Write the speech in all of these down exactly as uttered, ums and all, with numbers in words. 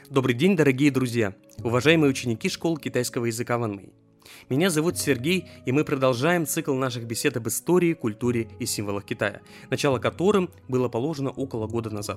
Добрый день, дорогие друзья, уважаемые ученики школы китайского языка Ванмэй. Меня зовут Сергей, и мы продолжаем цикл наших бесед об истории, культуре и символах Китая, начало которым было положено около года назад.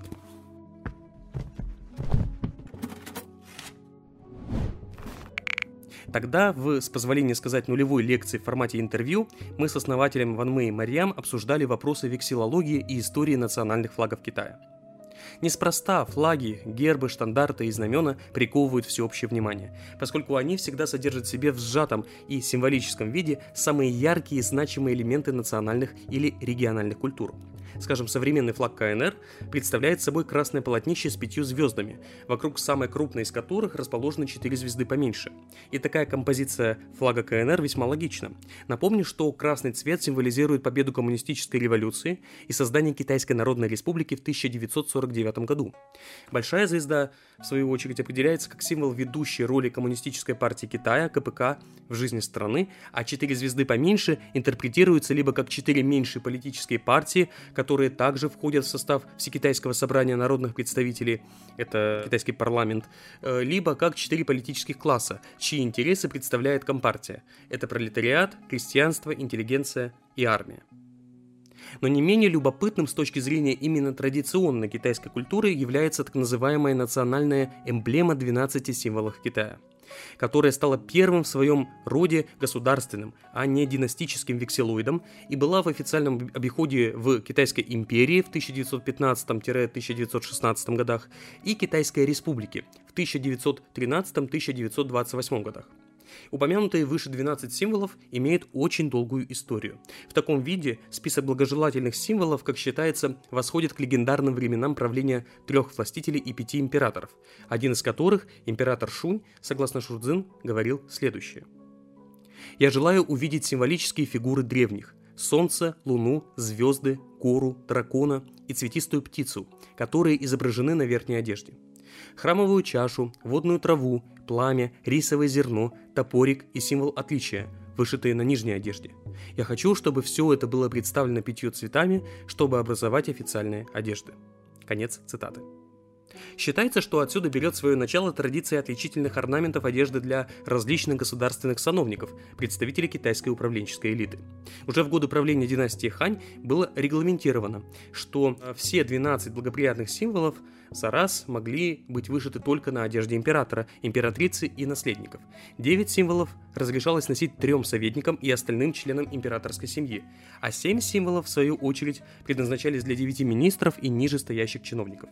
Тогда, в, с позволения сказать, нулевой лекции в формате интервью, мы с основателем Ванмэй Марьям обсуждали вопросы вексиллологии и истории национальных флагов Китая. Неспроста флаги, гербы, штандарты и знамена приковывают всеобщее внимание, поскольку они всегда содержат в себе в сжатом и символическом виде самые яркие и значимые элементы национальных или региональных культур. Скажем, современный флаг ка эн эр представляет собой красное полотнище с пятью звездами, вокруг самой крупной из которых расположены четыре звезды поменьше. И такая композиция флага ка эн эр весьма логична. Напомню, что красный цвет символизирует победу коммунистической революции и создание Китайской Народной Республики в тысяча девятьсот сорок девятом году. Большая звезда, в свою очередь, определяется как символ ведущей роли Коммунистической партии Китая, ка пэ ка, в жизни страны, а четыре звезды поменьше интерпретируются либо как четыре меньшие политические партии, которые также входят в состав Всекитайского собрания народных представителей, это китайский парламент, либо как четыре политических класса, чьи интересы представляет Компартия, это пролетариат, крестьянство, интеллигенция и армия. Но не менее любопытным с точки зрения именно традиционной китайской культуры является так называемая национальная эмблема двенадцати символов Китая, которая стала первым в своем роде государственным, а не династическим вексиллоидом и была в официальном обиходе в Китайской империи в тысяча девятьсот пятнадцатом — тысяча девятьсот шестнадцатом годах и Китайской республике в тысяча девятьсот тринадцатом — тысяча девятьсот двадцать восьмом годах. Упомянутые выше двенадцать символов имеют очень долгую историю. В таком виде список благожелательных символов, как считается, восходит к легендарным временам правления трех властителей и пяти императоров, один из которых, император Шунь, согласно Шудзин, говорил следующее. «Я желаю увидеть символические фигуры древних – солнце, луну, звезды, гору, дракона и цветистую птицу, которые изображены на верхней одежде. Храмовую чашу, водную траву, пламя, рисовое зерно, топорик и символ отличия, вышитые на нижней одежде. Я хочу, чтобы все это было представлено пятью цветами, чтобы образовать официальные одежды». Конец цитаты. Считается, что отсюда берет свое начало традиция отличительных орнаментов одежды для различных государственных сановников, представителей китайской управленческой элиты. Уже в годы правления династии Хань было регламентировано, что все двенадцать благоприятных символов за раз могли быть вышиты только на одежде императора, императрицы и наследников. Девять символов разрешалось носить трем советникам и остальным членам императорской семьи, а семь символов, в свою очередь, предназначались для девяти министров и ниже стоящих чиновников.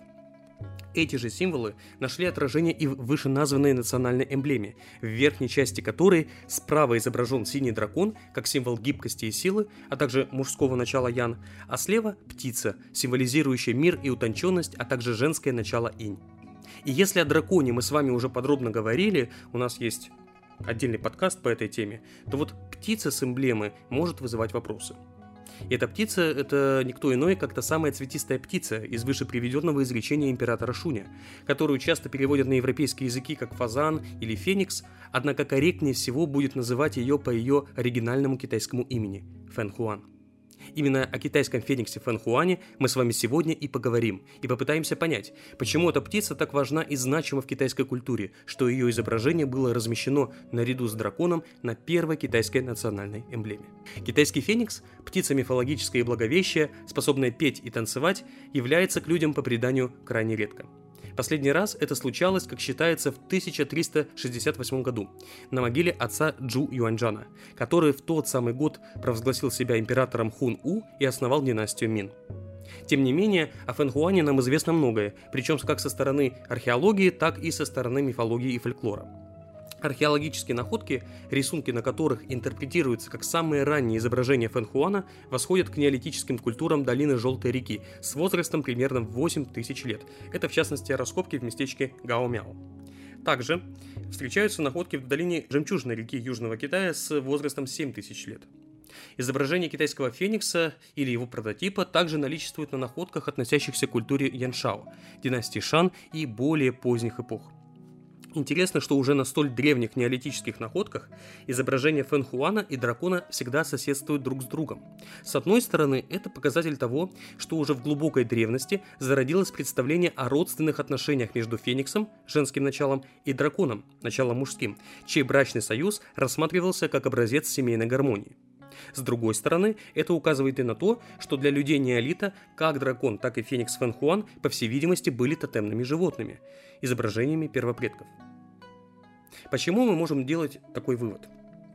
Эти же символы нашли отражение и в вышеназванной национальной эмблеме, в верхней части которой справа изображен синий дракон, как символ гибкости и силы, а также мужского начала Ян, а слева – птица, символизирующая мир и утонченность, а также женское начало Инь. И если о драконе мы с вами уже подробно говорили, у нас есть отдельный подкаст по этой теме, то вот птица с эмблемы может вызывать вопросы. И эта птица – это никто иной, как та самая цветистая птица из выше приведенного изречения императора Шуня, которую часто переводят на европейские языки как фазан или феникс, однако корректнее всего будет называть ее по ее оригинальному китайскому имени – Фэнхуан. Именно о китайском фениксе Фэнхуане мы с вами сегодня и поговорим, и попытаемся понять, почему эта птица так важна и значима в китайской культуре, что ее изображение было размещено наряду с драконом на первой китайской национальной эмблеме. Китайский феникс, птица мифологическая и благовещая, способная петь и танцевать, является к людям по преданию крайне редко. Последний раз это случалось, как считается, в тысяча триста шестьдесят восьмом году на могиле отца Джу Юаньчжана, который в тот самый год провозгласил себя императором Хун-У и основал династию Мин. Тем не менее, о Фэнхуане нам известно многое, причем как со стороны археологии, так и со стороны мифологии и фольклора. Археологические находки, рисунки на которых интерпретируются как самые ранние изображения Фэнхуана, восходят к неолитическим культурам долины Желтой реки с возрастом примерно в восемь тысяч лет. Это, в частности, раскопки в местечке Гаомяо. Также встречаются находки в долине Жемчужной реки Южного Китая с возрастом семь тысяч лет. Изображение китайского феникса или его прототипа также наличествует на находках, относящихся к культуре Яншао, династии Шан и более поздних эпох. Интересно, что уже на столь древних неолитических находках изображения Фэн-Хуана и дракона всегда соседствуют друг с другом. С одной стороны, это показатель того, что уже в глубокой древности зародилось представление о родственных отношениях между Фениксом, женским началом, и драконом, началом мужским, чей брачный союз рассматривался как образец семейной гармонии. С другой стороны, это указывает и на то, что для людей неолита как дракон, так и Феникс Фэн-Хуан, по всей видимости, были тотемными животными, изображениями первопредков. Почему мы можем делать такой вывод?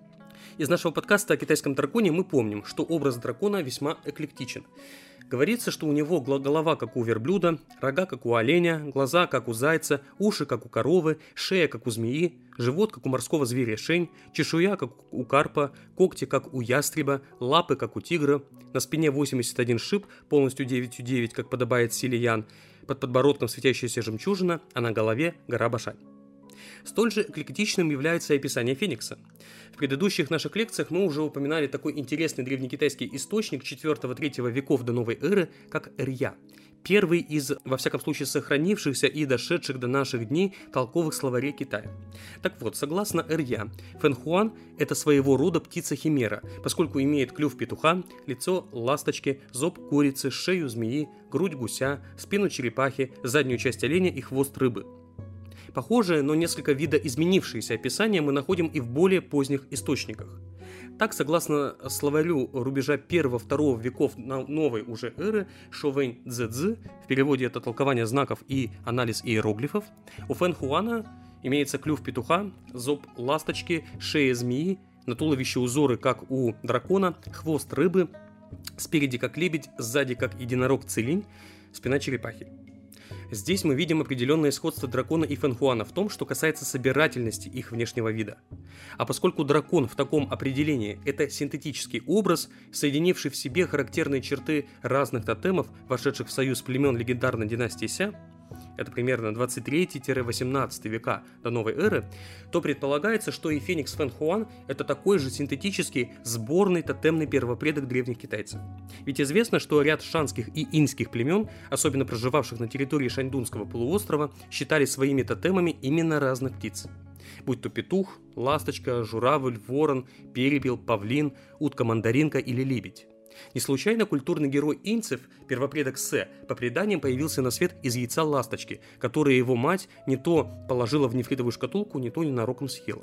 Из нашего подкаста о китайском драконе мы помним, что образ дракона весьма эклектичен. Говорится, что у него голова, как у верблюда, рога, как у оленя, глаза, как у зайца, уши, как у коровы, шея, как у змеи, живот, как у морского зверя шень, чешуя, как у карпа, когти, как у ястреба, лапы, как у тигра, на спине восемьдесят один шип, полностью девять девять, как подобает силе Ян, под подбородком светящаяся жемчужина, а на голове гора Башань. Столь же эклектичным является и описание Феникса. В предыдущих наших лекциях мы уже упоминали такой интересный древнекитайский источник четвёртого-третьего веков до новой эры, как Эрья. Первый из, во всяком случае, сохранившихся и дошедших до наших дней толковых словарей Китая. Так вот, согласно Эрья, Фэн-Хуан – это своего рода птица-химера, поскольку имеет клюв петуха, лицо ласточки, зоб курицы, шею змеи, грудь гуся, спину черепахи, заднюю часть оленя и хвост рыбы. Похожее, но несколько видоизменившееся описание мы находим и в более поздних источниках. Так, согласно словарю рубежа первого-второго веков новой уже эры Шовэнь Цзэцзы, в переводе это толкование знаков и анализ иероглифов, у Фэн-Хуана имеется клюв петуха, зоб ласточки, шея змеи, на туловище узоры, как у дракона, хвост рыбы, спереди как лебедь, сзади как единорог-целинь, спина черепахи. Здесь мы видим определенное сходство дракона и Фэн-Хуана в том, что касается собирательности их внешнего вида. А поскольку дракон в таком определении – это синтетический образ, соединивший в себе характерные черты разных тотемов, вошедших в союз племен легендарной династии Ся, это примерно двадцать третий-восемнадцатый века до новой эры, то предполагается, что и Феникс Фэн-Хуан – это такой же синтетический сборный тотемный первопредок древних китайцев. Ведь известно, что ряд шанских и иньских племен, особенно проживавших на территории Шаньдунского полуострова, считали своими тотемами именно разных птиц. Будь то петух, ласточка, журавль, ворон, перепел, павлин, утка-мандаринка или лебедь. Не случайно культурный герой инцев, первопредок Сэ, по преданиям появился на свет из яйца ласточки, которое его мать не то положила в нефритовую шкатулку, не то ненароком съела.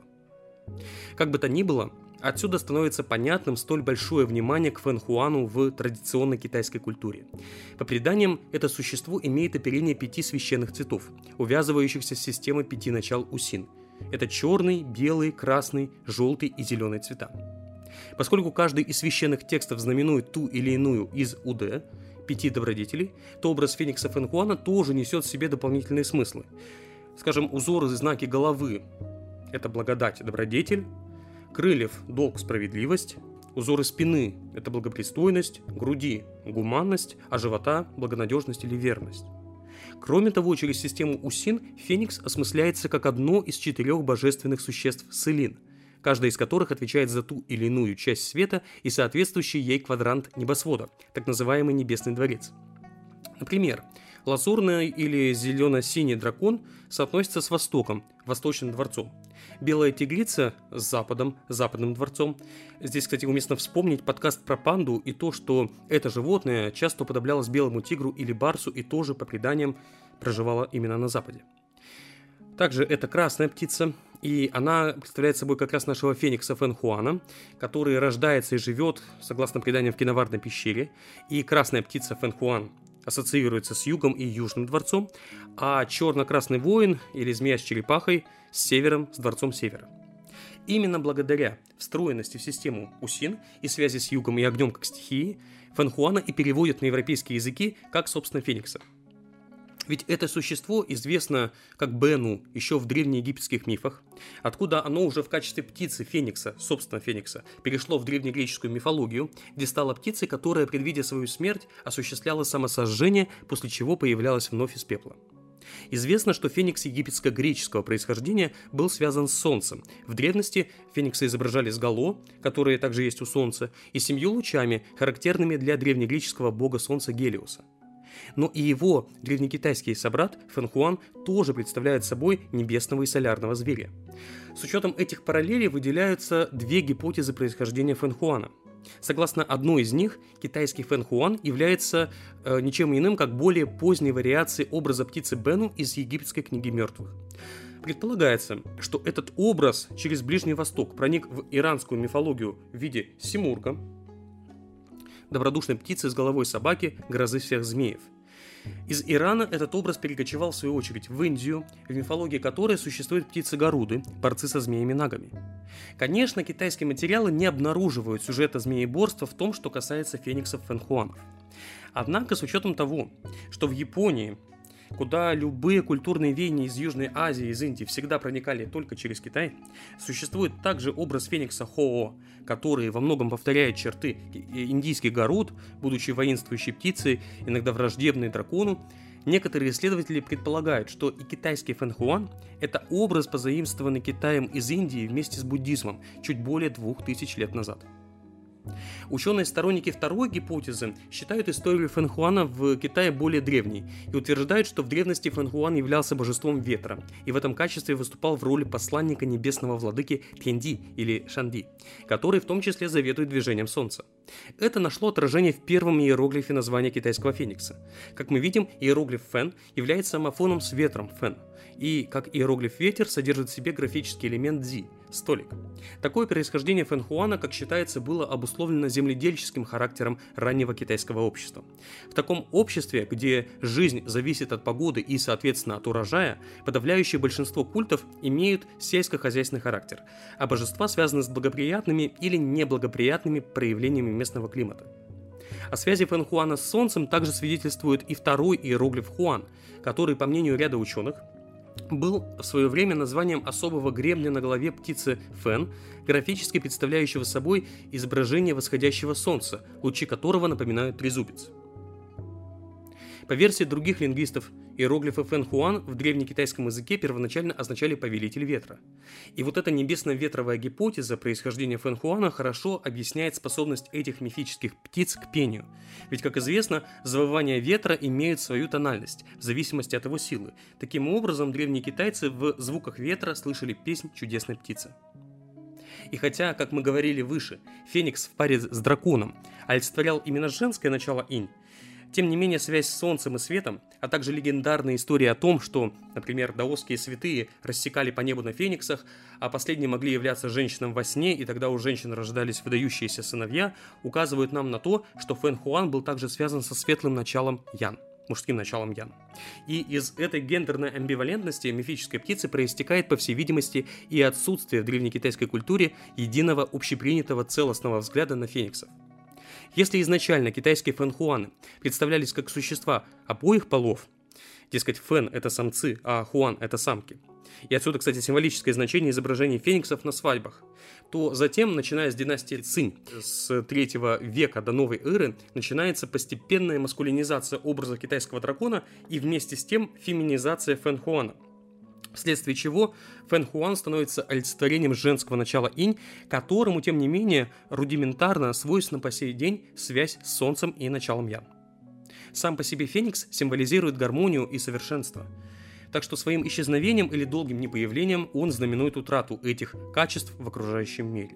Как бы то ни было, отсюда становится понятным столь большое внимание к Фэн-Хуану в традиционной китайской культуре. По преданиям, это существо имеет оперение пяти священных цветов, увязывающихся с системой пяти начал Усин. Это черный, белый, красный, желтый и зеленый цвета. Поскольку каждый из священных текстов знаменует ту или иную из УД, пяти добродетелей, то образ Феникса Фэн-Хуана тоже несет в себе дополнительные смыслы. Скажем, узоры и знаки головы – это благодать, добродетель, крыльев – долг, справедливость, узоры спины – это благопристойность, груди – гуманность, а живота – благонадежность или верность. Кроме того, через систему Усин Феникс осмысляется как одно из четырех божественных существ Сылин, каждая из которых отвечает за ту или иную часть света и соответствующий ей квадрант небосвода, так называемый Небесный дворец. Например, лазурный или зелено-синий дракон соотносится с Востоком, Восточным дворцом. Белая тигрица с Западом, Западным дворцом. Здесь, кстати, уместно вспомнить подкаст про панду и то, что это животное часто уподоблялось белому тигру или барсу и тоже, по преданиям, проживало именно на Западе. Также это красная птица, и она представляет собой как раз нашего Феникса Фэн-Хуана, который рождается и живет, согласно преданиям, в Киноварной пещере. И красная птица Фэн-Хуан ассоциируется с югом и южным дворцом, а черно-красный воин или змея с черепахой с севером, с дворцом севера. Именно благодаря встроенности в систему Усин и связи с югом и огнем как стихии, Фэн-Хуана и переводят на европейские языки как, собственно, Феникса. Ведь это существо известно как Бену еще в древнеегипетских мифах, откуда оно уже в качестве птицы Феникса, собственно Феникса, перешло в древнегреческую мифологию, где стало птицей, которая, предвидя свою смерть, осуществляла самосожжение, после чего появлялась вновь из пепла. Известно, что Феникс египетско-греческого происхождения был связан с Солнцем. В древности Феникса изображали с гало, которые также есть у Солнца, и семью лучами, характерными для древнегреческого бога Солнца Гелиоса. Но и его древнекитайский собрат Фэнхуан тоже представляет собой небесного и солярного зверя. С учетом этих параллелей выделяются две гипотезы происхождения Фэнхуана. Согласно одной из них, китайский Фэнхуан является э, ничем иным, как более поздней вариацией образа птицы Бену из египетской книги мертвых. Предполагается, что этот образ через Ближний Восток проник в иранскую мифологию в виде симурга, добродушной птицы с головой собаки, грозы всех змеев. Из Ирана этот образ перекочевал в свою очередь в Индию, в мифологии которой существуют птицы-горуды, борцы со змеями-нагами. Конечно, китайские материалы не обнаруживают сюжета змееборства в том, что касается фениксов Фэнхуанов. Однако, с учетом того, что в Японии, куда любые культурные веяния из Южной Азии и из Индии всегда проникали только через Китай, существует также образ феникса Хоо, который во многом повторяет черты индийских горуд, будучи воинствующей птицей, иногда враждебной дракону. Некоторые исследователи предполагают, что и китайский Фэнхуан – это образ, позаимствованный Китаем из Индии вместе с буддизмом чуть более двух тысяч лет назад. Ученые-сторонники второй гипотезы считают историю Фэнхуана в Китае более древней и утверждают, что в древности Фэнхуан являлся божеством ветра и в этом качестве выступал в роли посланника небесного владыки Тяньди или Шанди, который в том числе заведует движением Солнца. Это нашло отражение в первом иероглифе названия китайского феникса. Как мы видим, иероглиф Фэн является амофоном с ветром Фэн, и, как иероглиф ветер, содержит в себе графический элемент Дзи – столик. Такое происхождение Фэнхуана, как считается, было обусловлено земледельческим характером раннего китайского общества. В таком обществе, где жизнь зависит от погоды и, соответственно, от урожая, подавляющее большинство культов имеют сельскохозяйственный характер, а божества связаны с благоприятными или неблагоприятными проявлениями местного климата. О связи Фэнхуана с Солнцем также свидетельствует и второй иероглиф Хуан, который, по мнению ряда ученых, был в свое время названием особого гребня на голове птицы Фэн, графически представляющего собой изображение восходящего солнца, лучи которого напоминают трезубец. По версии других лингвистов, иероглифы Фэнхуан в древнекитайском языке первоначально означали «повелитель ветра». И вот эта небесно-ветровая гипотеза происхождения Фэнхуана хорошо объясняет способность этих мифических птиц к пению. Ведь, как известно, завывания ветра имеют свою тональность, в зависимости от его силы. Таким образом, древние китайцы в звуках ветра слышали песнь чудесной птицы. И хотя, как мы говорили выше, феникс в паре с драконом олицетворял именно женское начало инь, тем не менее, связь с солнцем и светом, а также легендарные истории о том, что, например, даосские святые рассекали по небу на фениксах, а последние могли являться женщинам во сне, и тогда у женщин рождались выдающиеся сыновья, указывают нам на то, что Фэнхуан был также связан со светлым началом Ян, мужским началом Ян. И из этой гендерной амбивалентности мифической птицы проистекает, по всей видимости, и отсутствие в древнекитайской культуре единого общепринятого целостного взгляда на фениксов. Если изначально китайские фэнхуаны представлялись как существа обоих полов, дескать, фэн – это самцы, а хуан – это самки, и отсюда, кстати, символическое значение изображений фениксов на свадьбах, то затем, начиная с династии Цинь, с третьего века до новой эры, начинается постепенная маскулинизация образа китайского дракона и вместе с тем феминизация фэнхуана. Вследствие чего Фэнхуан становится олицетворением женского начала инь, которому, тем не менее, рудиментарно свойственна по сей день связь с солнцем и началом ян. Сам по себе феникс символизирует гармонию и совершенство. Так что своим исчезновением или долгим непоявлением он знаменует утрату этих качеств в окружающем мире.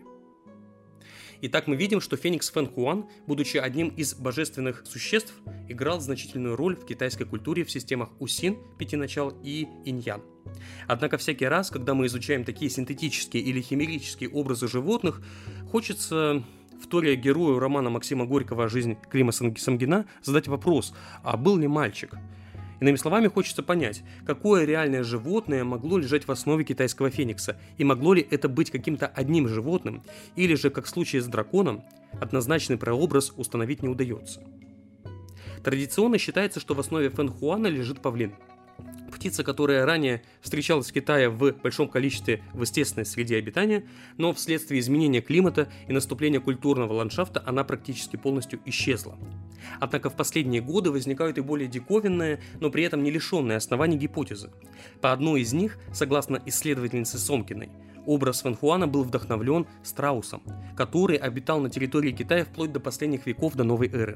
Итак, мы видим, что феникс Фэнхуан, будучи одним из божественных существ, играл значительную роль в китайской культуре в системах Усин, пяти начал, и инь-ян. Однако всякий раз, когда мы изучаем такие синтетические или химерические образы животных, хочется, вторя герою романа Максима Горького «Жизнь Клима Самгина», задать вопрос, а был ли мальчик? Иными словами, хочется понять, какое реальное животное могло лежать в основе китайского феникса, и могло ли это быть каким-то одним животным, или же, как в случае с драконом, однозначный прообраз установить не удается. Традиционно считается, что в основе Фэнхуана лежит павлин. Птица, которая ранее встречалась в Китае в большом количестве в естественной среде обитания, но вследствие изменения климата и наступления культурного ландшафта она практически полностью исчезла. Однако в последние годы возникают и более диковинные, но при этом не лишенные оснований гипотезы. По одной из них, согласно исследовательнице Сомкиной, образ Фэнхуана был вдохновлен страусом, который обитал на территории Китая вплоть до последних веков до новой эры.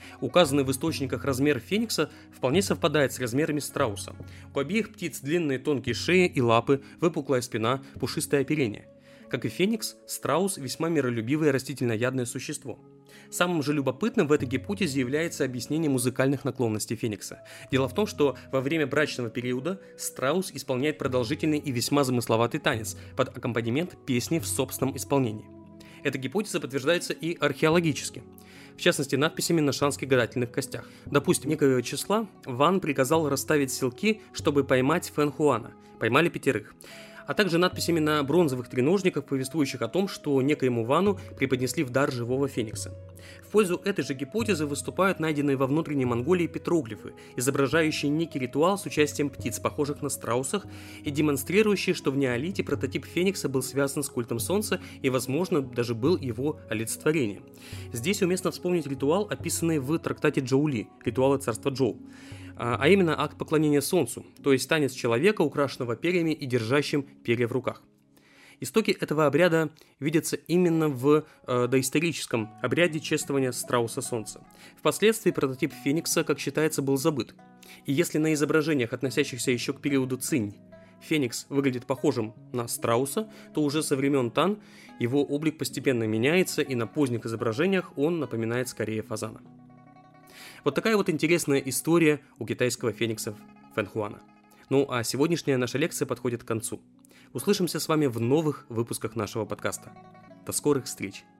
Указанный в источниках размер феникса вполне совпадает с размерами страуса. У обеих птиц длинные тонкие шеи и лапы, выпуклая спина, пушистое оперение. Как и феникс, страус – весьма миролюбивое растительноядное существо. Самым же любопытным в этой гипотезе является объяснение музыкальных наклонностей феникса. Дело в том, что во время брачного периода страус исполняет продолжительный и весьма замысловатый танец под аккомпанемент песни в собственном исполнении. Эта гипотеза подтверждается и археологически. В частности, надписями на шанских гадательных костях. Допустим, некоего числа Ван приказал расставить селки, чтобы поймать Фэн Хуана. Поймали пятерых. А также надписями на бронзовых треножниках, повествующих о том, что некоему Вану преподнесли в дар живого феникса. В пользу этой же гипотезы выступают найденные во внутренней Монголии петроглифы, изображающие некий ритуал с участием птиц, похожих на страусах, и демонстрирующие, что в неолите прототип феникса был связан с культом солнца и, возможно, даже был его олицетворением. Здесь уместно вспомнить ритуал, описанный в трактате Джоули «Ритуалы царства Джоу», а именно акт поклонения солнцу, то есть танец человека, украшенного перьями и держащим перья в руках. Истоки этого обряда видятся именно в э, доисторическом обряде чествования страуса солнца. Впоследствии прототип феникса, как считается, был забыт. И если на изображениях, относящихся еще к периоду Цинь, феникс выглядит похожим на страуса, то уже со времен Тан его облик постепенно меняется, и на поздних изображениях он напоминает скорее фазана. Вот такая вот интересная история у китайского феникса Фэн Хуана. Ну а сегодняшняя наша лекция подходит к концу. Услышимся с вами в новых выпусках нашего подкаста. До скорых встреч!